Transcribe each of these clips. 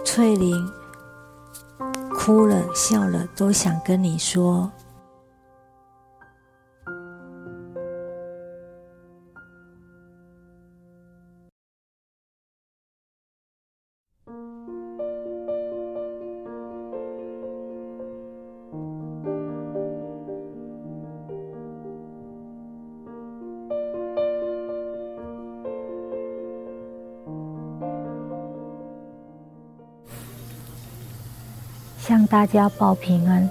翠玲哭了笑了都想跟你说，向大家报平安。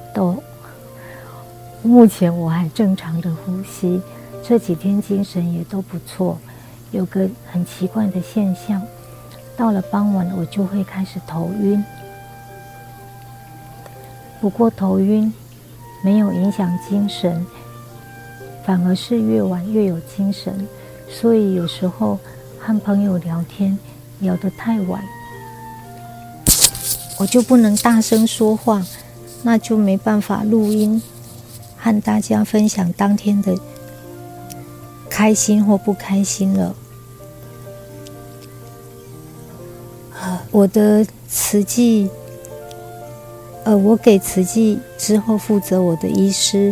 目前我还正常的呼吸，这几天精神也都不错。有个很奇怪的现象，到了傍晚我就会开始头晕，不过头晕没有影响精神，反而是越晚越有精神。所以有时候和朋友聊天聊得太晚，我就不能大声说话，那就没办法录音和大家分享当天的开心或不开心了。我的慈济，我给慈济之后负责我的医师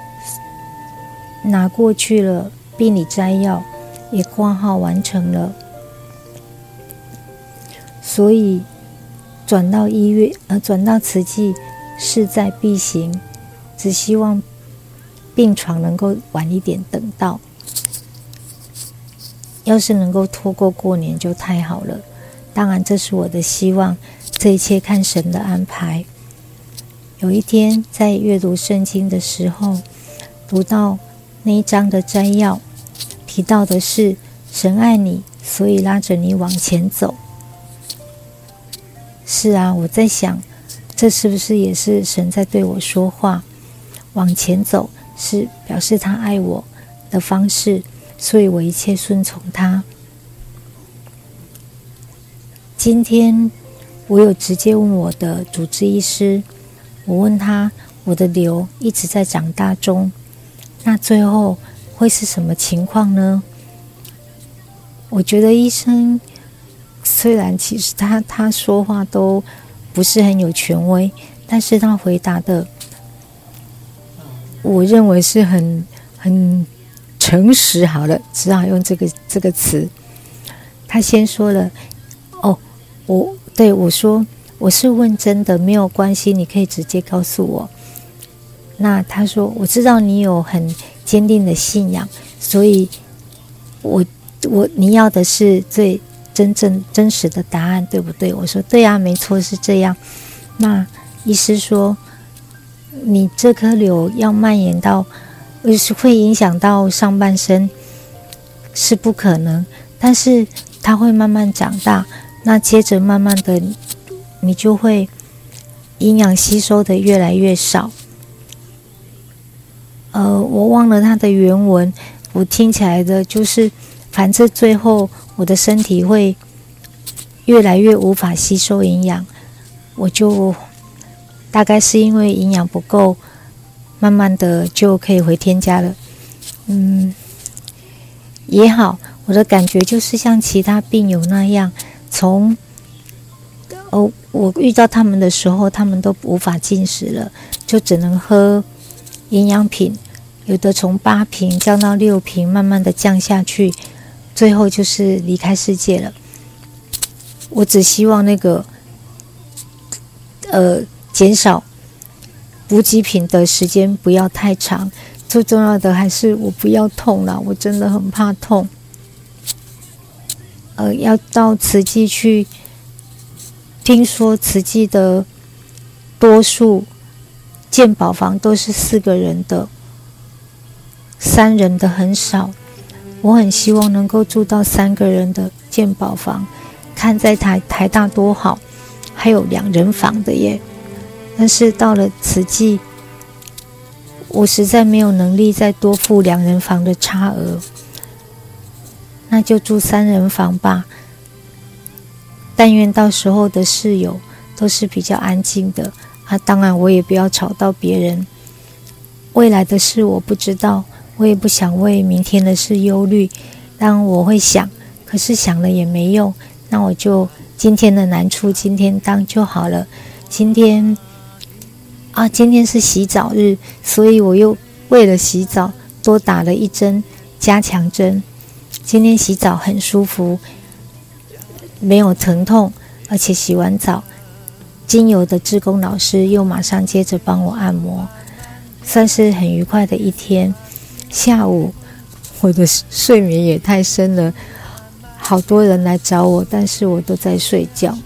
拿过去了病理摘要，也挂号完成了，所以转到医院，转到慈济势在必行，只希望病床能够晚一点等到。要是能够拖过年就太好了，当然这是我的希望，这一切看神的安排。有一天在阅读圣经的时候，读到那一章的摘要，提到的是神爱你，所以拉着你往前走。是啊，我在想，这是不是也是神在对我说话？往前走是表示他爱我的方式，所以我一切顺从他。今天我有直接问我的主治医师，我问他，我的瘤一直在长大中，那最后会是什么情况呢？我觉得医生虽然其实他说话都不是很有权威，但是他回答的我认为是很诚实。好了，只好用这个词。他先说了，我说我是问真的，没有关系，你可以直接告诉我。那他说我知道你有很坚定的信仰，所以你要的是最真实的答案，对不对？我说对啊，没错，是这样。那医师说，你这颗瘤要蔓延到，会影响到上半身，是不可能，但是它会慢慢长大，那接着慢慢的，你就会营养吸收的越来越少。我忘了它的原文，我听起来的就是，反正最后我的身体会越来越无法吸收营养，我就大概是因为营养不够，慢慢的就可以回天家了。也好，我的感觉就是像其他病友那样，我遇到他们的时候，他们都无法进食了，就只能喝营养品，有的从8瓶降到6瓶，慢慢的降下去，最后就是离开世界了。我只希望那个减少补给品的时间不要太长，最重要的还是我不要痛啦，我真的很怕痛。要到慈济去，听说慈济的多数健保房都是4个人的，3人的很少。我很希望能够住到3个人的健保房，看在台大多好，还有2人房的耶。但是到了慈济，我实在没有能力再多付2人房的差额，那就住3人房吧。但愿到时候的室友都是比较安静的当然我也不要吵到别人。未来的事我不知道，我也不想为明天的事忧虑，但我会想，可是想了也没用，那我就今天的难处今天当就好了。今天是洗澡日，所以我又为了洗澡多打了一针加强针。今天洗澡很舒服，没有疼痛，而且洗完澡精油的志工老师又马上接着帮我按摩，算是很愉快的一天。下午我的睡眠也太深了，好多人来找我，但是我都在睡觉。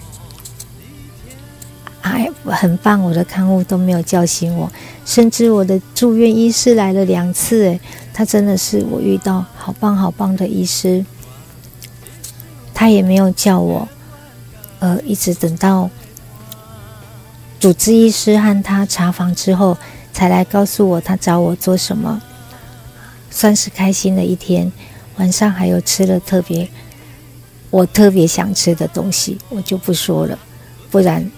很棒，我的看护都没有叫醒我，甚至我的住院医师来了2次，他真的是我遇到好棒好棒的医师，他也没有叫我，一直等到主治医师和他查房之后，才来告诉我他找我做什么，算是开心的一天。晚上还有吃了我特别想吃的东西，我就不说了，不然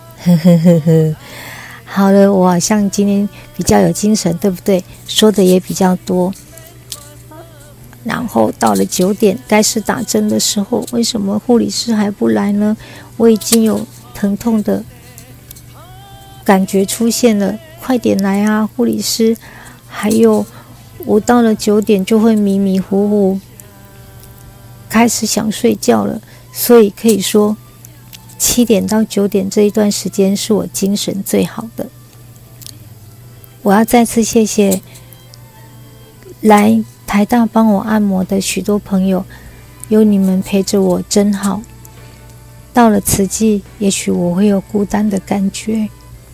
好了，我好像今天比较有精神，对不对？说的也比较多。然后到了9点该是打针的时候，为什么护理师还不来呢？我已经有疼痛的感觉出现了，快点来啊，护理师！还有我到了9点就会迷迷糊糊，开始想睡觉了，所以可以说7点到9点这一段时间是我精神最好的。我要再次谢谢来台大帮我按摩的许多朋友，有你们陪着我真好。到了慈济，也许我会有孤单的感觉，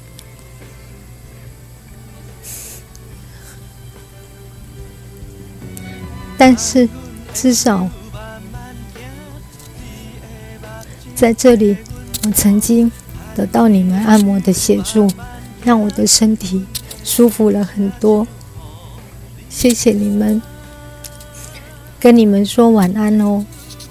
但是至少在这里，我曾经得到你们按摩的协助，让我的身体舒服了很多。谢谢你们，跟你们说晚安哦。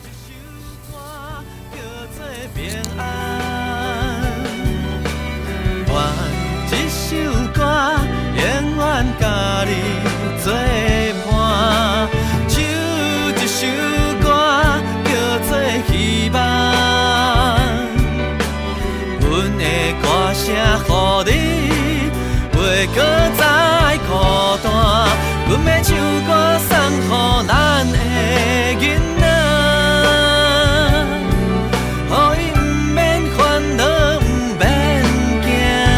予你袂搁再孤单，阮要唱歌送予咱的囡仔，予伊不免烦恼，不免惊。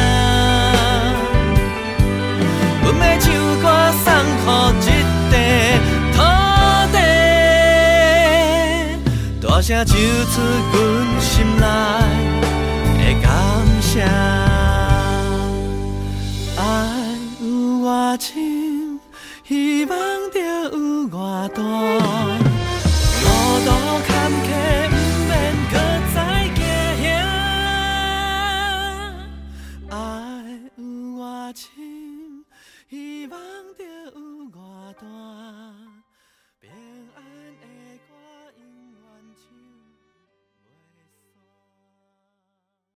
阮要唱歌送予这块土地，大声唱出阮心内的感谢。爱有我痴。